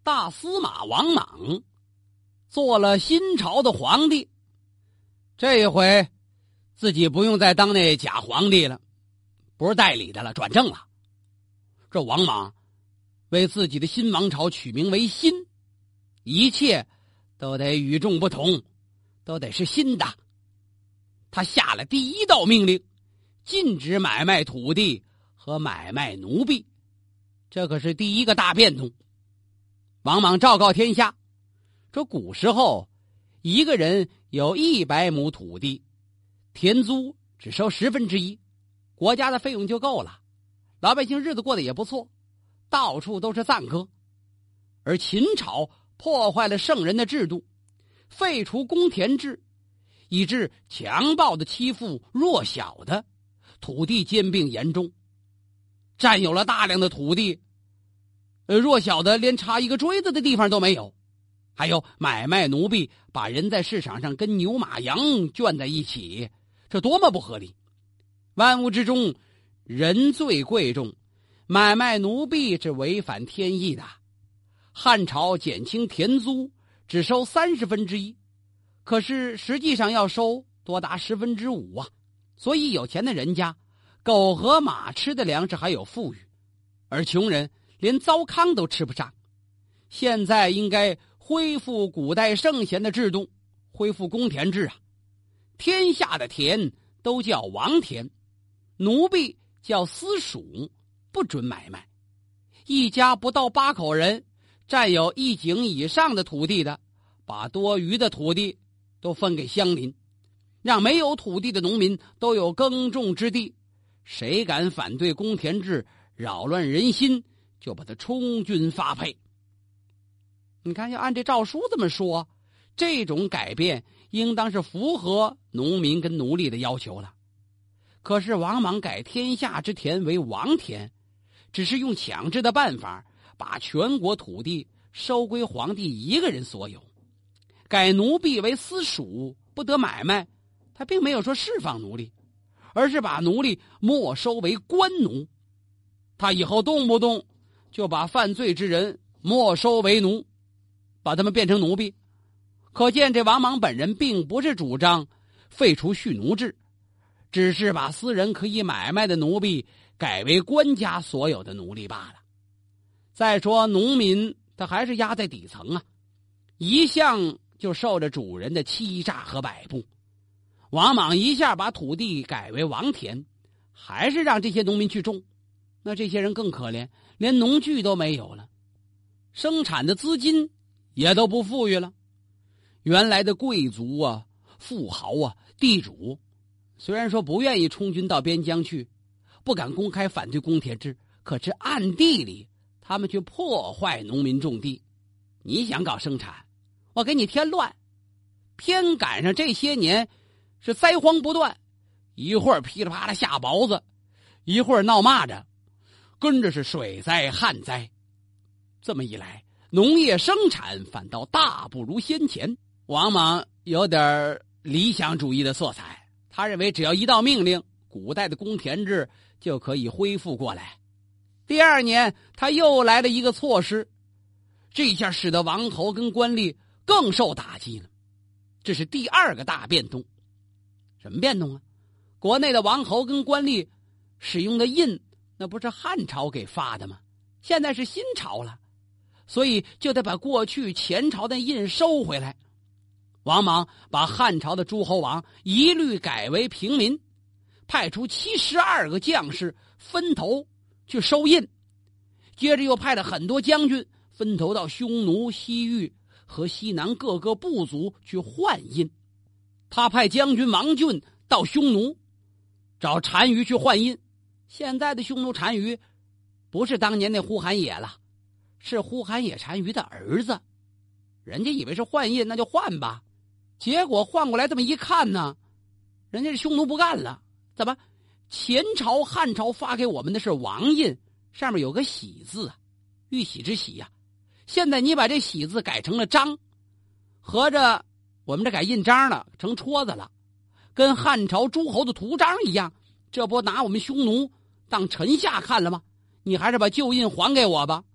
大司马王莽做了新朝的皇帝，这一回自己不用再当那假皇帝了，不是代理的了，转正了。这王莽为自己的新王朝取名为新，一切都得与众不同，都得是新的。他下了第一道命令，禁止买卖土地和买卖奴婢，这可是第一个大变动。王莽昭告天下，这古时候一个人有100亩土地，田租只收1/10，国家的费用就够了，老百姓日子过得也不错，到处都是赞歌。而秦朝破坏了圣人的制度，废除公田制，以致强暴的欺负弱小的，土地兼并严重，占有了大量的土地，弱小的连插一个锥子的地方都没有。还有买卖奴婢，把人在市场上跟牛马羊圈在一起，这多么不合理。万物之中人最贵重，买卖奴婢是违反天意的。汉朝减轻田租，只收1/30，可是实际上要收多达5/10啊。所以有钱的人家狗和马吃的粮食还有富裕，而穷人连糟糠都吃不上。现在应该恢复古代圣贤的制度，恢复公田制啊！天下的田都叫王田，奴婢叫私属，不准买卖。一家不到8口人，占有1井以上的土地的，把多余的土地都分给乡邻，让没有土地的农民都有耕种之地。谁敢反对公田制，扰乱人心，就把他充军发配。你看，要按这诏书这么说，这种改变应当是符合农民跟奴隶的要求了。可是王莽改天下之田为王田，只是用强制的办法把全国土地收归皇帝一个人所有。改奴婢为私属，不得买卖，他并没有说释放奴隶，而是把奴隶没收为官奴。他以后动不动就把犯罪之人没收为奴，把他们变成奴婢。可见这王莽本人并不是主张废除蓄奴制，只是把私人可以买卖的奴婢改为官家所有的奴隶罢了。再说农民他还是压在底层啊，一向就受着主人的欺诈和摆布。王莽一下把土地改为王田，还是让这些农民去种，那这些人更可怜，连农具都没有了，生产的资金也都不富裕了。原来的贵族啊、富豪啊、地主，虽然说不愿意充军到边疆去，不敢公开反对公田制，可是暗地里他们却破坏农民种地。你想搞生产，我给你添乱，偏赶上这些年是灾荒不断，一会儿噼里啪啦下雹子，一会儿闹蚂蚱，跟着是水灾旱灾。这么一来，农业生产反倒大不如先前。王莽有点理想主义的色彩，他认为只要一道命令，古代的公田制就可以恢复过来。第2年他又来了一个措施，这下使得王侯跟官吏更受打击了。这是第2个大变动。什么变动啊？国内的王侯跟官吏使用的印，那不是汉朝给发的吗？现在是新朝了，所以就得把过去前朝的印收回来。王莽把汉朝的诸侯王一律改为平民，派出72个将士分头去收印，接着又派了很多将军分头到匈奴、西域和西南各个部族去换印。他派将军王浚到匈奴找单于去换印。现在的匈奴单于不是当年那呼韩野了，是呼韩野单于的儿子。人家以为是换印，那就换吧，结果换过来这么一看呢，人家是匈奴不干了。怎么前朝汉朝发给我们的是王印，上面有个喜字啊，玉玺之喜呀。现在你把这喜字改成了章，合着我们这改印章了，成戳子了，跟汉朝诸侯的图章一样，这不拿我们匈奴当臣下看了吗？你还是把旧印还给我吧。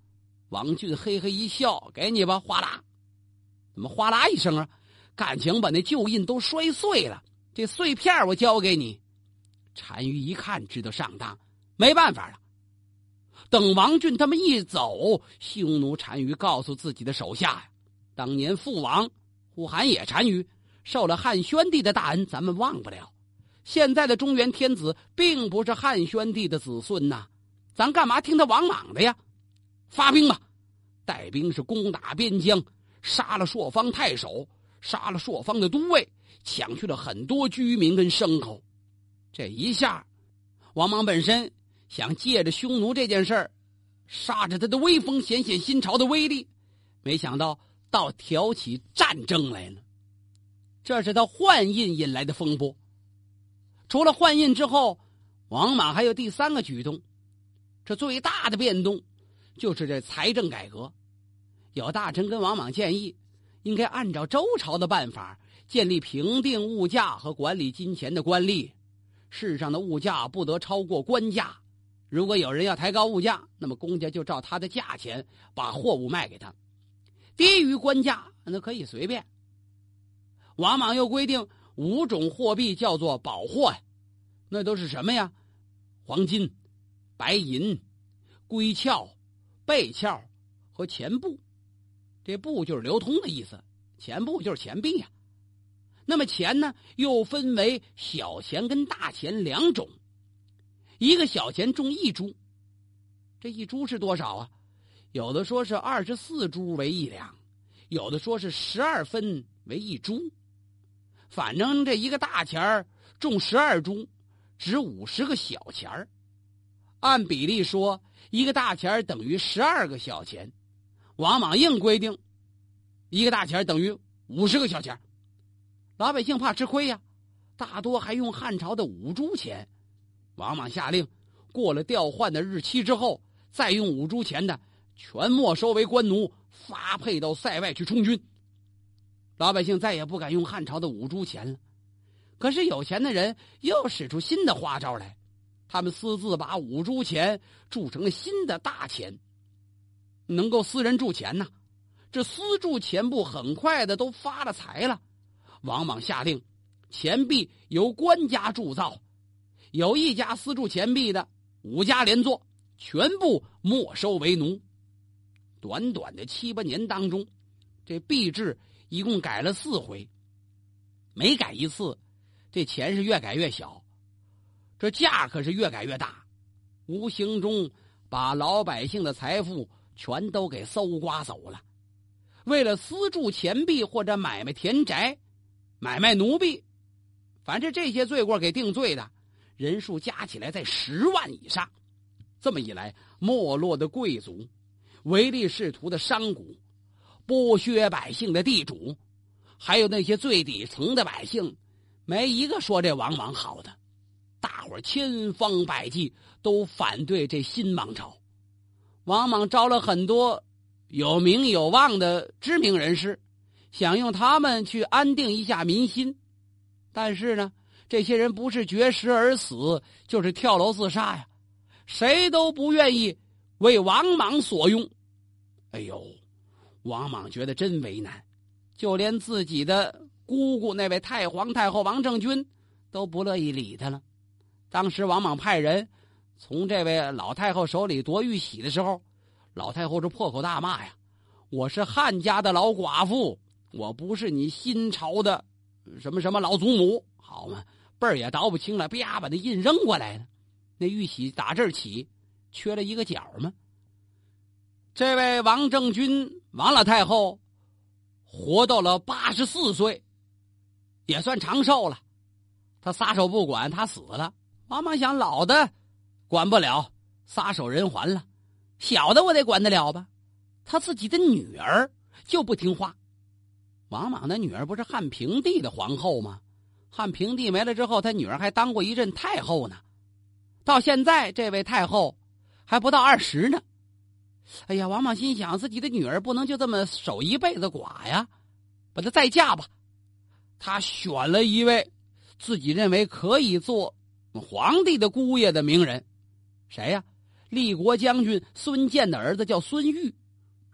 王俊嘿嘿一笑，给你吧，哗啦。怎么哗啦一声啊？感情把那旧印都摔碎了，这碎片我交给你。单于一看知道上当，没办法了。等王俊他们一走，匈奴单于告诉自己的手下呀，当年父王呼韩野单于受了汉宣帝的大恩，咱们忘不了。现在的中原天子并不是汉宣帝的子孙呐，咱干嘛听他王莽的呀？发兵吧，带兵是攻打边疆，杀了朔方太守，杀了朔方的都尉，抢去了很多居民跟牲口。这一下，王莽本身想借着匈奴这件事儿，杀着他的威风，显显新朝的威力，没想到倒挑起战争来了。这是他换印引来的风波。除了换印之后，王莽还有第三个举动，这最大的变动就是这财政改革。有大臣跟王莽建议，应该按照周朝的办法，建立评定物价和管理金钱的官吏。世上的物价不得超过官价，如果有人要抬高物价，那么公家就照他的价钱把货物卖给他，低于官价那可以随便。王莽又规定5种货币叫做宝货呀，那都是什么呀？黄金、白银、龟壳、贝壳和钱布。这布就是流通的意思，钱布就是钱币呀。那么钱呢，又分为小钱跟大钱2种。一个小钱重1铢，这1铢是多少啊？有的说是24铢为1两，有的说是12分为1铢。反正这一个大钱儿重12铢，值50个小钱儿。按比例说，一个大钱儿等于12个小钱。王莽硬规定，一个大钱儿等于50个小钱儿。老百姓怕吃亏呀，大多还用汉朝的5铢钱。王莽下令，过了调换的日期之后，再用5铢钱的全没收为官奴，发配到塞外去充军。老百姓再也不敢用汉朝的5铢钱了。可是有钱的人又使出新的花招来，他们私自把5铢钱铸成了新的大钱，能够私人铸钱呐。这私铸钱布很快的都发了财了。王莽下令，钱币由官家铸造，有一家私铸钱币的5家连坐，全部没收为奴。短短的7、8年当中，这币制一共改了4回，每改一次，这钱是越改越小，这价可是越改越大，无形中把老百姓的财富全都给搜刮走了。为了私铸钱币或者买卖田宅、买卖奴婢，凡是这些罪过给定罪的人数加起来在10万以上。这么一来，没落的贵族、唯利是图的商贾、剥削百姓的地主，还有那些最底层的百姓，没一个说这王莽好的。大伙儿千方百计都反对这新王朝。王莽招了很多有名有望的知名人士，想用他们去安定一下民心。但是呢，这些人不是绝食而死，就是跳楼自杀呀，谁都不愿意为王莽所用。哎呦，王莽觉得真为难，就连自己的姑姑那位太皇太后王政君都不乐意理他了。当时王莽派人从这位老太后手里夺玉玺的时候，老太后是破口大骂呀，我是汉家的老寡妇，我不是你新朝的什么什么老祖母，好嘛，辈儿也倒不清了，啪把那印扔过来了。那玉玺打这儿起缺了一个角嘛。这位王政君王老太后活到了84岁，也算长寿了。他撒手不管，他死了。王莽想，老的管不了，撒手人寰了，小的我得管得了吧。他自己的女儿就不听话。王莽的女儿不是汉平帝的皇后吗？汉平帝没了之后，他女儿还当过一任太后呢。到现在这位太后还不到20呢。哎呀，王莽心想，自己的女儿不能就这么守一辈子寡呀，把她再嫁吧。他选了一位自己认为可以做皇帝的姑爷的名人。谁呀？立国将军孙建的儿子叫孙玉，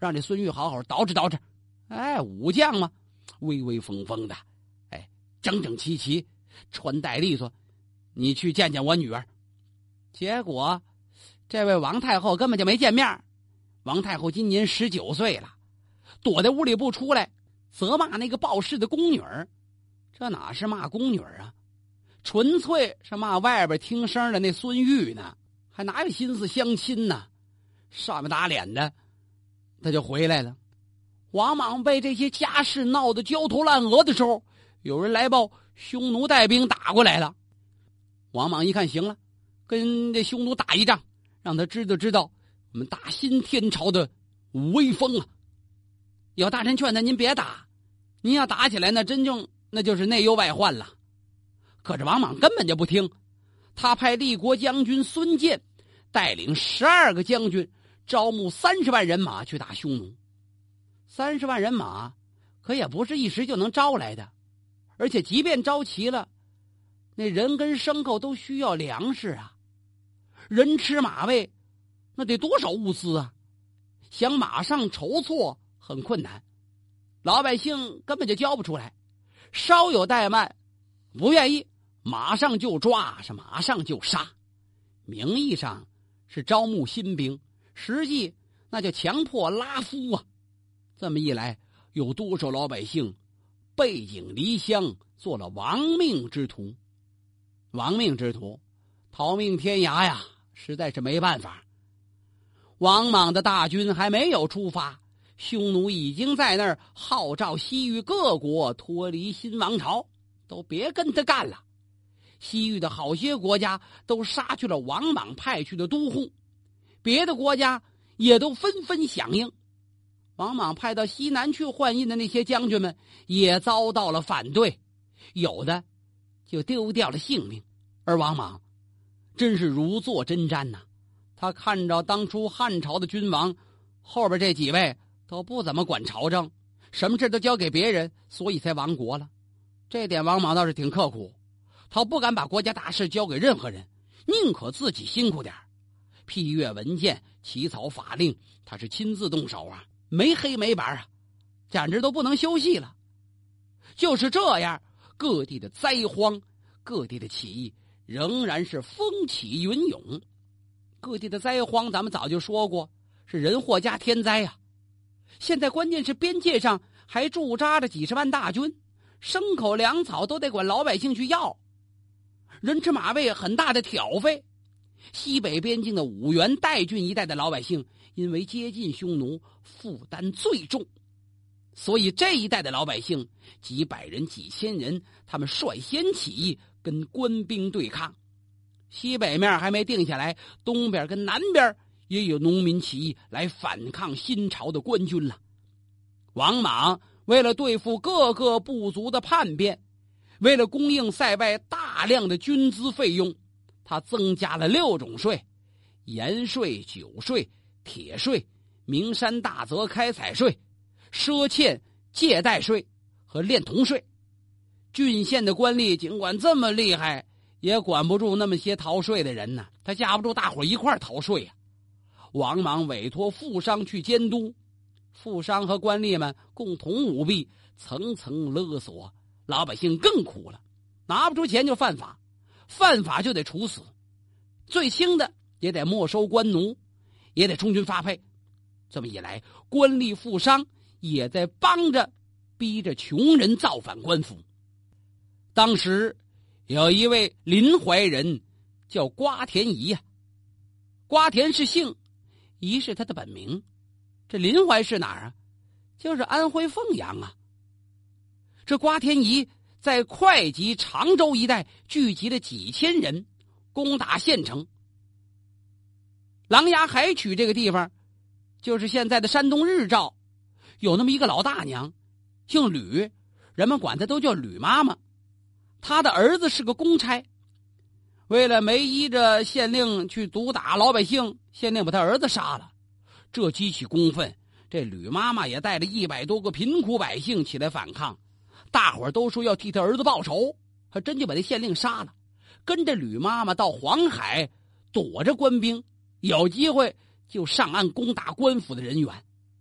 让这孙玉好好捯饬捯饬。哎，武将嘛，威威风风的，哎，整整齐齐，穿戴利索。你去见见我女儿。结果这位王太后根本就没见面。王太后今年19岁了，躲在屋里不出来，责骂那个报事的宫女儿。这哪是骂宫女儿啊，纯粹是骂外边听声的那孙玉呢，还哪有心思相亲呢？上面打脸的，他就回来了。王莽被这些家事闹得焦头烂额的时候，有人来报匈奴带兵打过来了。王莽一看行了，跟这匈奴打一仗，让他知道我们大新天朝的威风啊！有大臣劝他，您别打，您要打起来那真正那就是内忧外患了。可是王莽根本就不听，他派立国将军孙建带领12个将军，招募30万人马去打匈奴。30万人马可也不是一时就能招来的，而且即便招齐了，那人跟牲口都需要粮食啊，人吃马喂，那得多少物资啊，想马上筹措很困难，老百姓根本就交不出来，稍有怠慢，不愿意马上就抓，是马上就杀。名义上是招募新兵，实际那就强迫拉夫啊。这么一来，有多少老百姓背井离乡，做了亡命之徒。亡命之徒逃命天涯呀，实在是没办法。王莽的大军还没有出发，匈奴已经在那儿号召西域各国脱离新王朝，都别跟他干了。西域的好些国家都杀去了王莽派去的都护，别的国家也都纷纷响应。王莽派到西南去换印的那些将军们也遭到了反对，有的就丢掉了性命。而王莽真是如坐针毡呐，他看着当初汉朝的君王后边这几位都不怎么管朝政，什么事都交给别人，所以才亡国了。这点王莽倒是挺刻苦，他不敢把国家大事交给任何人，宁可自己辛苦点，批阅文件，起草法令，他是亲自动手啊，没黑没白啊，简直都不能休息了。就是这样，各地的灾荒，各地的起义仍然是风起云涌。各地的灾荒咱们早就说过，是人祸加天灾啊。现在关键是边界上还驻扎着几十万大军，牲口粮草都得管老百姓去要，人吃马喂很大的挑费。西北边境的五原代郡一带的老百姓因为接近匈奴，负担最重，所以这一带的老百姓几百人几千人，他们率先起义跟官兵对抗。西北面还没定下来，东边跟南边也有农民起义来反抗新朝的官军了。王莽为了对付各个部族的叛变，为了供应塞外大量的军资费用，他增加了6种税：盐税、酒税、铁税、名山大泽开采税、赊欠借贷税和炼铜税。郡县的官吏尽管这么厉害，也管不住那么些逃税的人呢，他架不住大伙一块逃税啊。王莽委托富商去监督，富商和官吏们共同舞弊，层层勒索，老百姓更苦了，拿不出钱就犯法，犯法就得处死，最轻的也得没收官奴，也得充军发配。这么一来，官吏富商也在帮着逼着穷人造反官府。当时有一位临淮人叫瓜田仪呀，瓜田是姓，仪是他的本名。这临淮是哪儿啊？就是安徽凤阳啊。这瓜田仪在会稽、常州一带聚集了几千人，攻打县城。琅琊海曲这个地方，就是现在的山东日照，有那么一个老大娘，姓吕，人们管她都叫吕妈妈。她的儿子是个公差，为了没依着县令去毒打老百姓，县令把他儿子杀了。这激起公愤，这吕妈妈也带着100多个贫苦百姓起来反抗，大伙儿都说要替他儿子报仇，还真就把那县令杀了，跟着吕妈妈到黄海躲着官兵，有机会就上岸攻打官府的人员。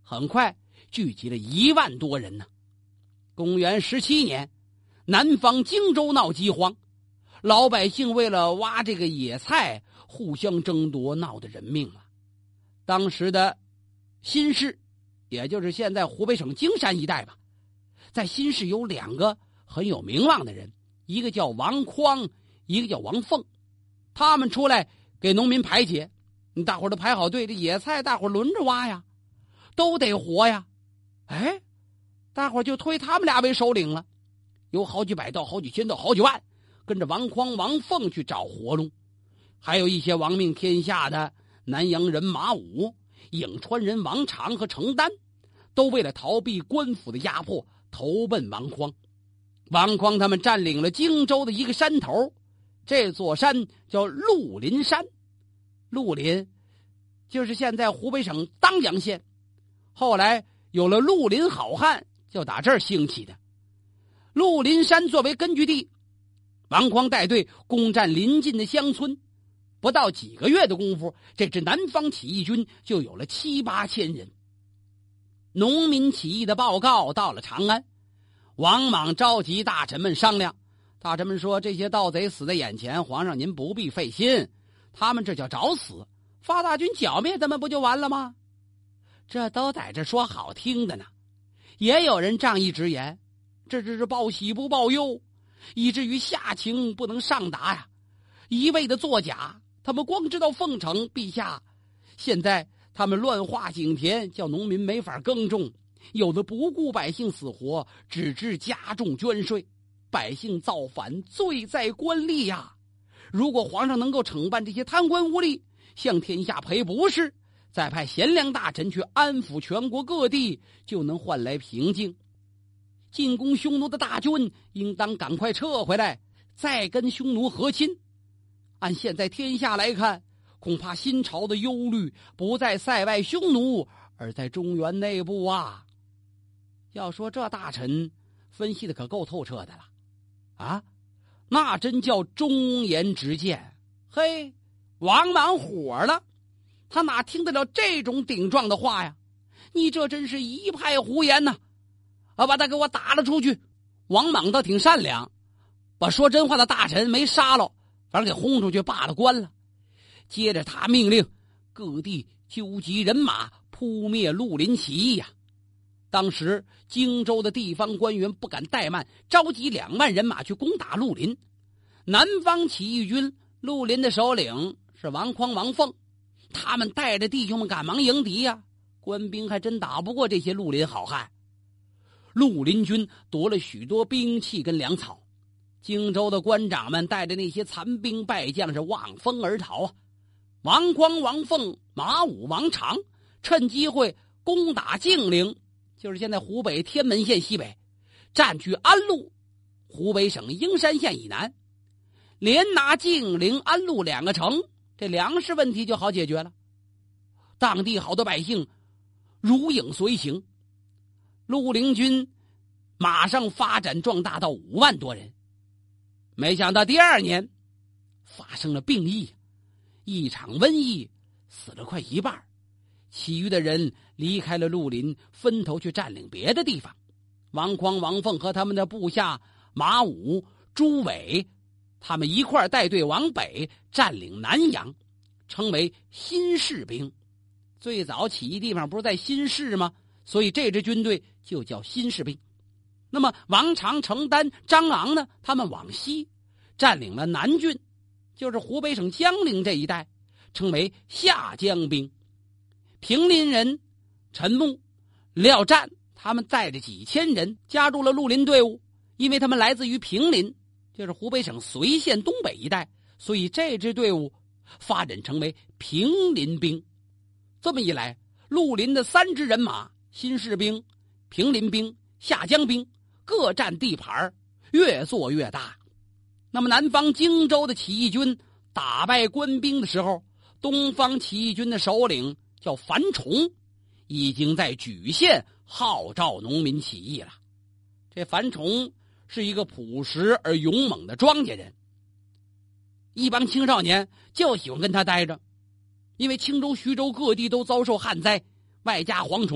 很快聚集了1万多人呢。公元17年，南方荆州闹饥荒，老百姓为了挖这个野菜，互相争夺，闹得人命了。当时的新市，也就是现在湖北省荆山一带吧，在新市有2个很有名望的人，一个叫王匡，一个叫王凤。他们出来给农民排解，大伙儿都排好队，这野菜大伙儿轮着挖呀，都得活呀。哎，大伙儿就推他们俩为首领了，有好几百道、好几千道、好几万，跟着王匡、王凤去找活路。还有一些亡命天下的南阳人马武、颍川人王常和程丹，都为了逃避官府的压迫，投奔王匡。王匡他们占领了荆州的一个山头，这座山叫鹿林山。鹿林就是现在湖北省当阳县，后来有了绿林好汉，就打这儿兴起的。鹿林山作为根据地，王匡带队攻占邻近的乡村，不到几个月的功夫，这支南方起义军就有了7、8千人。农民起义的报告到了长安，王莽召集大臣们商量。大臣们说，这些盗贼死在眼前，皇上您不必费心，他们这叫找死，发大军剿灭他们不就完了吗？这都在这说好听的呢，也有人仗义直言，这只是报喜不报忧，以至于下情不能上达呀，一味的作假。他们光知道奉承陛下，现在他们乱划井田，叫农民没法耕种，有的不顾百姓死活，只知加重捐税，百姓造反，罪在官吏呀。如果皇上能够惩办这些贪官污吏，向天下赔不是，再派贤良大臣去安抚全国各地，就能换来平静。进攻匈奴的大军应当赶快撤回来，再跟匈奴和亲。按现在天下来看，恐怕新朝的忧虑不在塞外匈奴，而在中原内部啊。要说这大臣分析的可够透彻的了啊，那真叫忠言直谏。嘿，王莽火了，他哪听得了这种顶撞的话呀？你这真是一派胡言呐！把他给我打了出去。王莽倒挺善良，把说真话的大臣没杀了，反正给轰出去，罢了官了。接着他命令各地纠集人马，扑灭绿林起义呀。当时荆州的地方官员不敢怠慢，召集2万人马去攻打绿林。南方起义军绿林的首领是王匡、王凤，他们带着弟兄们赶忙迎敌呀。官兵还真打不过这些绿林好汉。绿林军夺了许多兵器跟粮草，荆州的官长们带着那些残兵败将是望风而逃啊。王匡、王凤、马武、王常趁机会攻打晋陵，就是现在湖北天门县西北，占据安陆，湖北省英山县以南，连拿晋陵、安陆2个城，这粮食问题就好解决了。当地好多百姓如影随形，绿林军马上发展壮大到5万多人。没想到第2年发生了病疫，一场瘟疫，死了快1半，其余的人离开了绿林，分头去占领别的地方。王匡、王凤和他们的部下马武、朱伟，他们一块带队往北占领南阳，称为新市兵。最早起义地方不是在新市吗？所以这支军队就叫新市兵。那么王常、程丹、张昂呢，他们往西占领了南郡，就是湖北省江陵这一带，称为下江兵。平林人陈牧、廖湛他们带着几千人加入了绿林队伍，因为他们来自于平林，就是湖北省随县东北一带，所以这支队伍发展成为平林兵。这么一来，绿林的3支人马，新市兵、平林兵、下江兵，各占地盘，越做越大。那么南方荆州的起义军打败官兵的时候，东方起义军的首领叫樊崇，已经在莒县号召农民起义了。这樊崇是一个朴实而勇猛的庄稼人，一帮青少年就喜欢跟他待着。因为青州、徐州各地都遭受旱灾，外加蝗虫，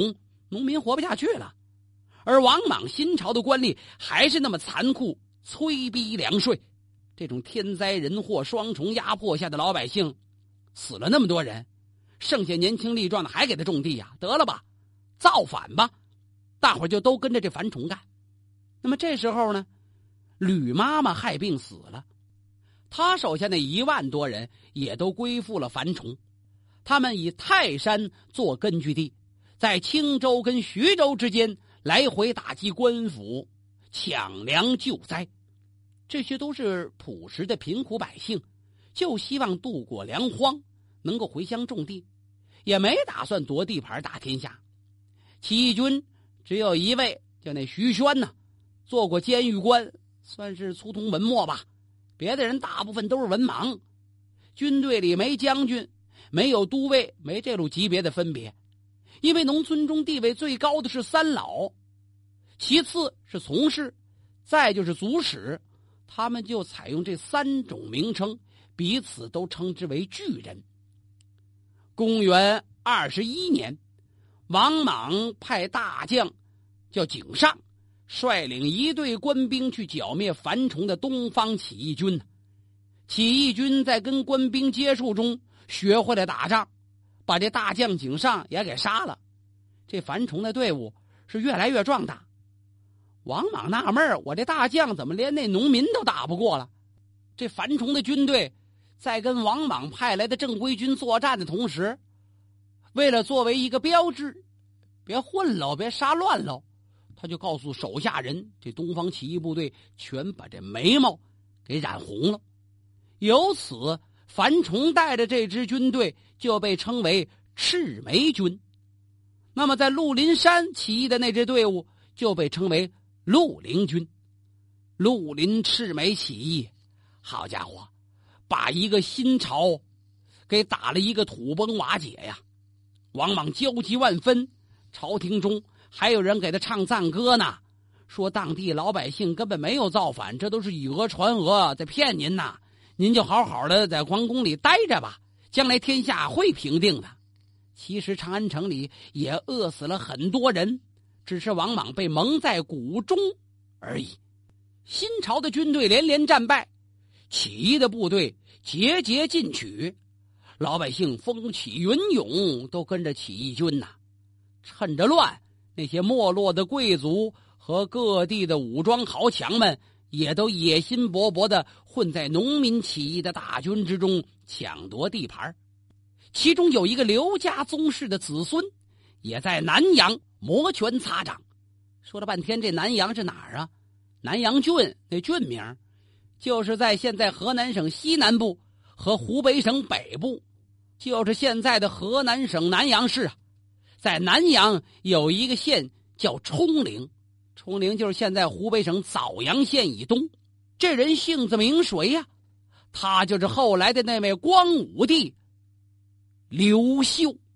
农民活不下去了。而王莽新朝的官吏还是那么残酷，催逼粮税。这种天灾人祸双重压迫下的老百姓死了那么多人，剩下年轻力壮的还给他种地呀，得了吧，造反吧，大伙儿就都跟着这樊崇干。那么这时候呢，吕妈妈害病死了，他手下那1万多人也都归附了樊崇。他们以泰山做根据地，在青州跟徐州之间来回打击官府，抢粮救灾。这些都是朴实的贫苦百姓，就希望度过粮荒，能够回乡种地，也没打算夺地盘打天下。起义军只有一位叫那徐宣呢，做过监狱官，算是粗通文墨吧，别的人大部分都是文盲。军队里没将军，没有都尉，没这路级别的分别。因为农村中地位最高的是三老，其次是从事，再就是族史，他们就采用这3种名称，彼此都称之为巨人。公元21年，王莽派大将叫景尚，率领一队官兵去剿灭樊崇的东方起义军。起义军在跟官兵接触中学会了打仗，把这大将景尚也给杀了。这樊崇的队伍是越来越壮大。王莽纳闷，我这大将怎么连那农民都打不过了？这樊崇的军队在跟王莽派来的正规军作战的同时，为了作为一个标志，别混喽，别杀乱喽，他就告诉手下人，这东方起义部队全把这眉毛给染红了。由此樊崇带着这支军队就被称为赤眉军。那么在鹿林山起义的那支队伍就被称为鹿林军。鹿林赤眉起义，好家伙，把一个新朝给打了一个土崩瓦解呀！王莽焦急万分，朝廷中还有人给他唱赞歌呢，说当地老百姓根本没有造反，这都是以讹传讹，在骗您呐，您就好好的在皇宫里待着吧，将来天下会平定的。其实长安城里也饿死了很多人，只是王莽被蒙在鼓中而已。新朝的军队连连战败，起义的部队节节进取，老百姓风起云涌，都跟着起义军呐。趁着乱，那些没落的贵族和各地的武装豪强们也都野心勃勃地混在农民起义的大军之中，抢夺地盘。其中有一个刘家宗室的子孙，也在南阳摩拳擦掌。说了半天，这南阳是哪儿啊？南阳郡，那郡名就是在现在河南省西南部和湖北省北部，就是现在的河南省南阳市啊。在南阳有一个县叫冲陵，冲陵就是现在湖北省枣阳县以东。这人姓字名谁呀？他就是后来的那位光武帝刘秀。